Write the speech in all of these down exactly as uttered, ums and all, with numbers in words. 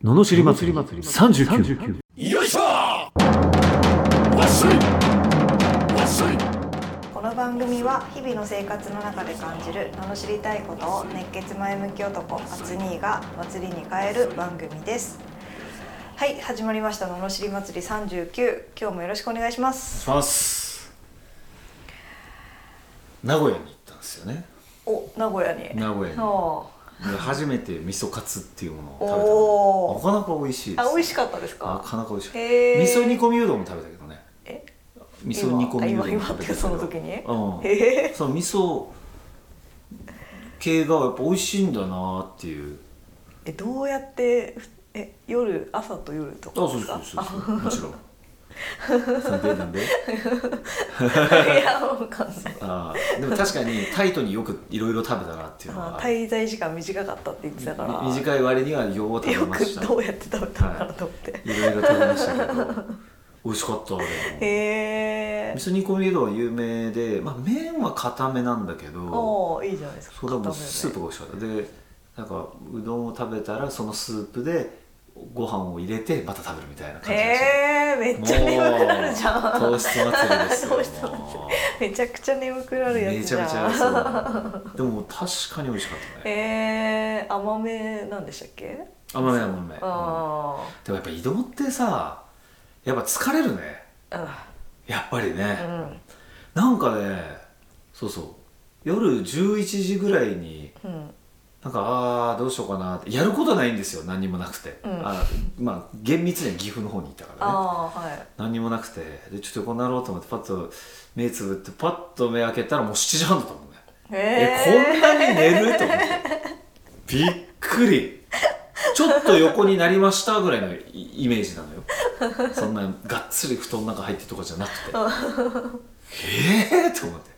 ののしり祭りさんじゅうきゅう。 よいしょわっしょいわっしょい。 この番組は日々の生活の中で感じる罵りたいことを熱血前向き男アツニーが祭りに変える番組です。はい、始まりました罵り祭りさんじゅうきゅう。今日もよろしくお願いします。 お願いします。名古屋に行ったんですよね。 お、名古屋に名古屋にお初めて味噌カツっていうものを食べた。なかなか美味しいです。 あ、美味しかったですか。 なかなか美味しい。 へー。 味噌煮込みうどんも食べたけどね。 え味噌煮込みうどんも食べたけど、 今今ってその時に、 うん、 へー。 その味噌系がやっぱ美味しいんだなっていう。 え、どうやってえ夜朝と夜とかですか。 あ、そうそうそうそうもちろんなんでなんでいや、わかんない。 あでも確かにタイトによくいろいろ食べたなっていうのは、 滞在時間短かったって言ってたから短い割にはよう食べました。 よくどうやって食べたのかなと思って、はい、 いろいろ食べましたけど美味しかったあれも。 へー。 味噌煮込みうどんは有名で、まあ、麺は固めなんだけど、 おー、いいじゃないですか。 そうだもうスープが美味しかったで、なんかうどんを食べたらそのスープでご飯を入れてまた食べるみたいな感じでした。 へー、めっちゃ眠くなるじゃん。 糖質祭りですよ。 糖質祭りめちゃくちゃ眠くなるやつじゃん。 めちゃめちゃそうでも確かに美味しかったね。 へー。甘めなんでしたっけ。 甘め甘め、うん、であもやっぱ移動ってさやっぱ疲れるね、 うん、 やっぱりね、 うん、 なんかねそうそう夜じゅういちじぐらいに、うん、なんかあーどうしようかなってやることないんですよ。何にもなくて、うん、あまあ厳密には岐阜の方に行ったからね。あ、はい、何にもなくてでちょっと横になろうと思ってパッと目つぶってパッと目開けたらもうしちじはんだったもんね。えー、こんなに寝ると思ってびっくり。ちょっと横になりましたぐらいのイメージなのよ。そんながっつり布団の中入ってとかじゃなくてえーと思って、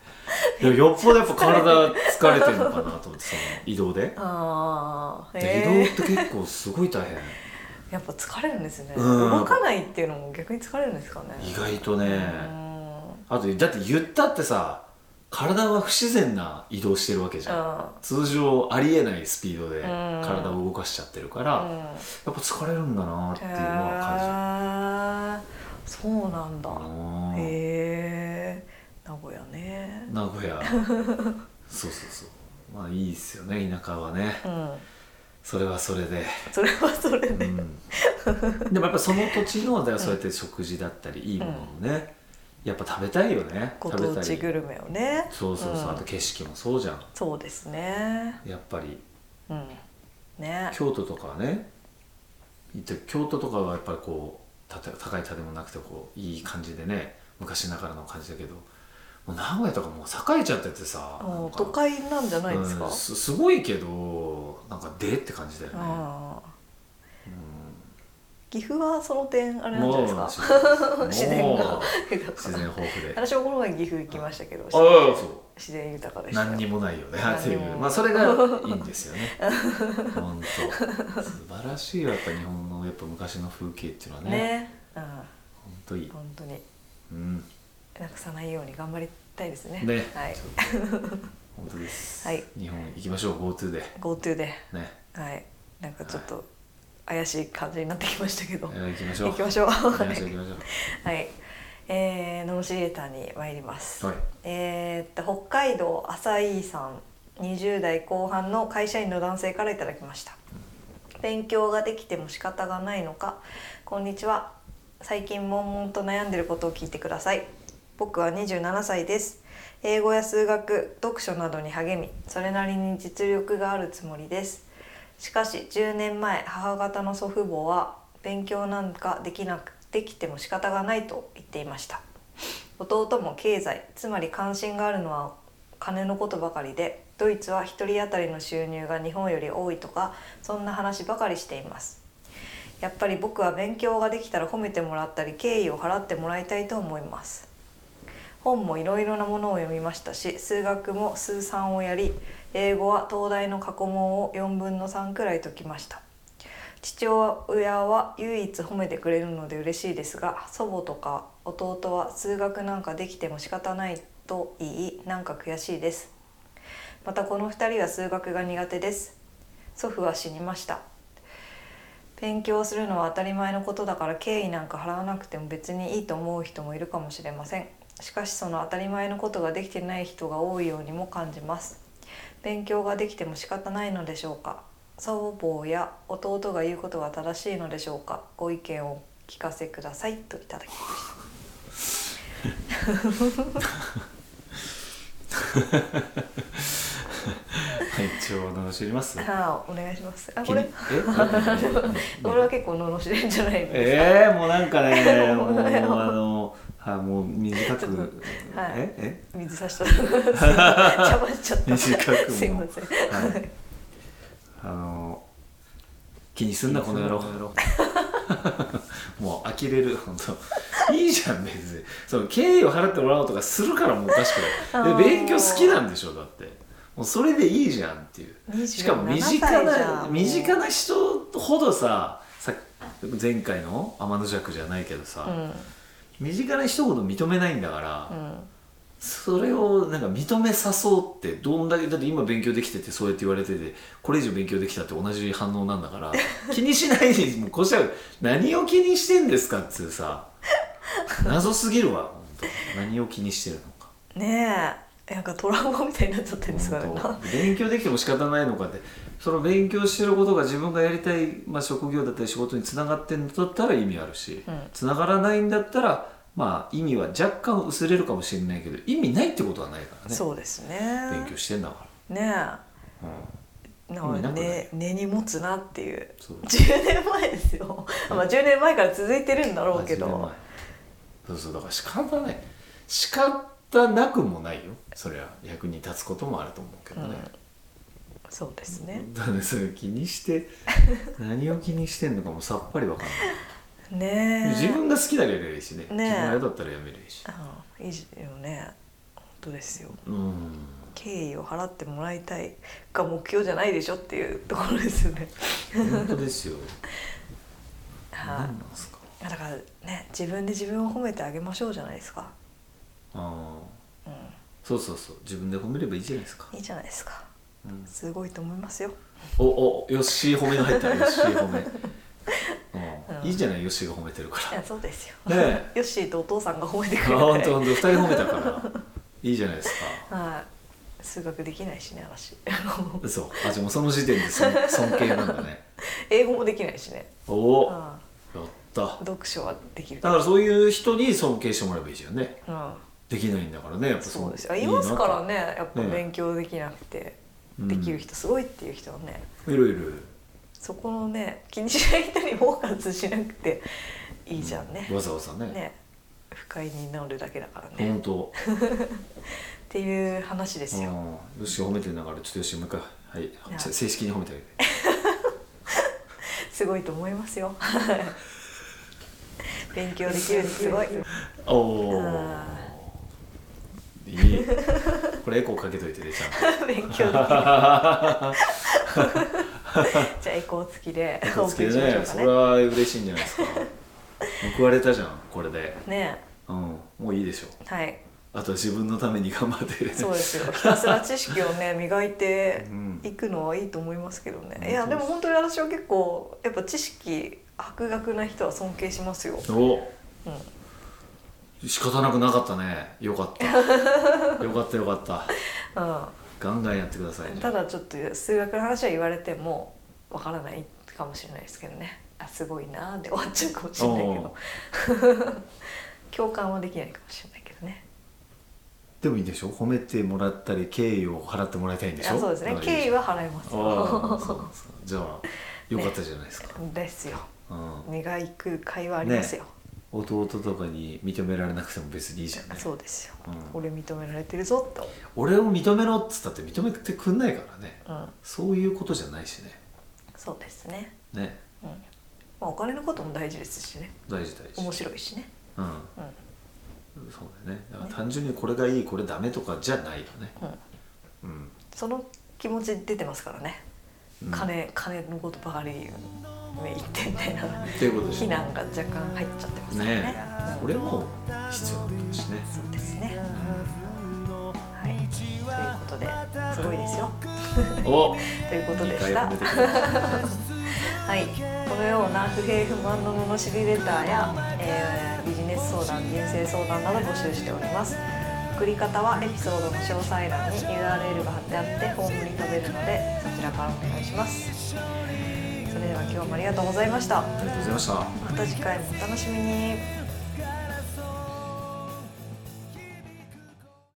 いやよっぽどやっぱ体疲れてるのかなと思って、その移動で。あで移動って結構すごい大変。 やっぱ疲れるんですね、うん、動かないっていうのも逆に疲れるんですかね。 意外とね。あとだって言ったってさ体は不自然な移動してるわけじゃん、うん、通常ありえないスピードで体を動かしちゃってるから、うん、やっぱ疲れるんだなっていうのは感じる。そうなんだ。へえ。名古屋ね。 名古屋そうそうそう。まあいいっすよね田舎はね、うん、それはそれでそれはそれで、うん、 でもやっぱその土地のだからそうやって食事だったりいいものをね、うん、やっぱ食べたいよね。 ご当地グルメをね。 そうそうそう、うん、あと景色もそうじゃん。 そうですね。 やっぱり、 うんね、京都とかはね行って京都とかはやっぱりこう高い建物なくてこういい感じでね昔ながらの感じだけど、もう名古屋とかもう栄えちゃっててさ都会なんじゃないですか、 うん、す, すごいけどなんかでって感じだよね。あ、 うん、岐阜はその点あれなんじゃないですか自然が自然豊富で私もこの前岐阜行きましたけど、 ああそう自然豊かでしたよ。 何にもないよねっていう、まあそれがいいんですよね本当素晴らしいよやっぱ日本のやっぱ昔の風景っていうのはね。ね、うん、本当いい。 本当に、 うん、 なくさないように頑張りたいですね。 ね、 はい本当です、 はい、 日本行きましょう GoTo で GoTo で、ね、はい、なんかちょっと、はい、怪しい感じになってきましたけど、 行きましょう行きましょう行きましょう行きましょうはい、えー、ののしりレターに参ります、はい、えー、っと北海道浅井さんにじゅう代後半の会社員の男性からいただきました。勉強ができても仕方がないのか。こんにちは。最近悶々と悩んでいることを聞いてください。僕はにじゅうななさいです。英語や数学、読書などに励み、それなりに実力があるつもりです。しかしじゅうねんまえ、母方の祖父母は勉強なんかできなくできても仕方がないと言っていました。弟も経済、つまり関心があるのは金のことばかりで、ドイツはひとり当たりの収入が日本より多いとか、そんな話ばかりしています。やっぱり僕は勉強ができたら褒めてもらったり敬意を払ってもらいたいと思います。本もいろいろなものを読みましたし、数学も数算をやり、英語は東大の過去問をよんぶんのさんくらい解きました。父親は唯一褒めてくれるので嬉しいですが、祖母とか弟は数学なんかできても仕方ないと言い、なんか悔しいです。またこのふたりは数学が苦手です。祖父は死にました。 勉強するのは当たり前のことだから敬意なんか払わなくても別にいいと思う人もいるかもしれません。しかしその当たり前のことができてない人が多いようにも感じます。勉強ができても仕方ないのでしょうか。祖母や弟が言うことが正しいのでしょうか。ご意見をお聞かせくださいといただきまはい、一応罵ります。 ああ、お願いします。あ、これえこれは結構罵れんじゃないですか。 えー、もうなんかねもうあのはい、もう短く、 はい、 ええ水差した邪魔しちゃった短くもすいません、 はい、あの気にすんなこの野郎もう呆れる本当いいじゃん別にその敬意を払ってもらおうとかするからもうおかしくないで勉強好きなんでしょだってもうそれでいいじゃんっていうしかも身近な身近な人ほどささ前回の天の弱じゃないけどさ、うん身近な人ほど認めないんだから、うん、それをなんか認めさそうってどんだけだって今勉強できててそうやって言われててこれ以上勉強できたって同じ反応なんだから気にしないにもうこうしたら何を気にしてんですかっていうさ謎すぎるわ本当何を気にしてるのかねえなんかトラウマみたいになっちゃってるんですかね勉強できても仕方ないのかってその勉強してることが自分がやりたい、まあ、職業だったり仕事につながってんだったら意味あるし、うん、つながらないんだったらまあ意味は若干薄れるかもしれないけど意味ないってことはないからねそうですね勉強してんだからねえ、うん、なんかね根に持つなっていうじゅうねんまえですよ、まあ、じゅうねんまえから続いてるんだろうけどそうそうだから仕方ない仕方なくもないよそりゃ役に立つこともあると思うけどね、うんそうですね。 だからそれ気にして何を気にしてんのかもさっぱりわかんない。ねえ。自分が好きだけやればいいしね。ね自分が嫌だったらやめればいいし。 ああいいよね。本当ですよ。うん。敬意を払ってもらいたいが目標じゃないでしょっていうところですよね。 本当ですよ。 はあ、何なんですか。だからね自分で自分を褒めてあげましょうじゃないですか。 ああ。うん。そうそうそう自分で褒めればいいじゃないですか。 いいじゃないですか。すごいと思いますよ。 おお、よっしー褒めが入った。よっしー褒め。うん、いいじゃないよっしーが褒めてるから。 いやそうですよ。 ね、 よっしーとお父さんが褒めてくれる。 あ本当本当二人褒めたからいいじゃないですか。 はい。数学できないしね私。 そうあじゃあもうその時点で尊敬なんだね。 英語もできないしね。 おお、やった。 読書はできる。 だからそういう人に尊敬してもらえばいいじゃんね。うん。できないんだからねやっぱそうですよ。いますからねやっぱ勉強できなくて。できる人すごいっていう人はね、 いるいるそこのね気にしない人にフォーカスしなくていいじゃんね、 うん、わざわざねね不快になるだけだからね本当っていう話ですよ。 よし褒めてんだからちょっとよしもう一回はい、正式に褒めてあげてすごいと思いますよ勉強できるってすごいおおいいこれエコーかけといてねちゃんと勉強できるじゃあエコー付きでエコー付きでねそれは嬉しいんじゃないですか報われたじゃんこれでねうんもういいでしょはいあとは自分のために頑張ってそうですよひたすら知識をね磨いていくのはいいと思いますけどね、うん、いやでも本当に私は結構やっぱ知識博学な人は尊敬しますよお、うん仕方なくなかったねよかったよかったよかった、うん、ガンガンやってくださいねただちょっと数学の話は言われてもわからないかもしれないですけどねあすごいなーで終わっちゃうかもしれないけど共感はできないかもしれないけどねでもいいでしょ褒めてもらったり敬意を払ってもらいたいんでしょそうですね敬意は払いますよそうそうじゃあよかったじゃないですか、 ね、ですよ、うん、磨く甲斐はありますよ、ね弟とかに認められなくても別にいいじゃんねそうですよ、うん、俺認められてるぞと俺を認めろっつったって認めてくんないからね、うん、そういうことじゃないしねそうですねね、 うんまあ、お金のことも大事ですしね大事大事面白いしねうん、うん、 そうだねだから単純にこれがいいこれダメとかじゃないよね、 うんうん、その気持ち出てますからね、うん、金金のことばかり言う言ってみたいな非難が若干入っちゃってますね。ねこれも必要なんですね。 そうですね。はい。ということですごいですよ。 おということでした。はい。 このような不平不満の罵りレターや、えー、ビジネス相談、人生相談など募集しております。送り方はエピソードの詳細欄に ユーアールエル が貼ってあってフォームに飛べるので、そちらからお願いします。それでは今日もありがとうございました。 ありがとうございました。 また次回もお楽しみに。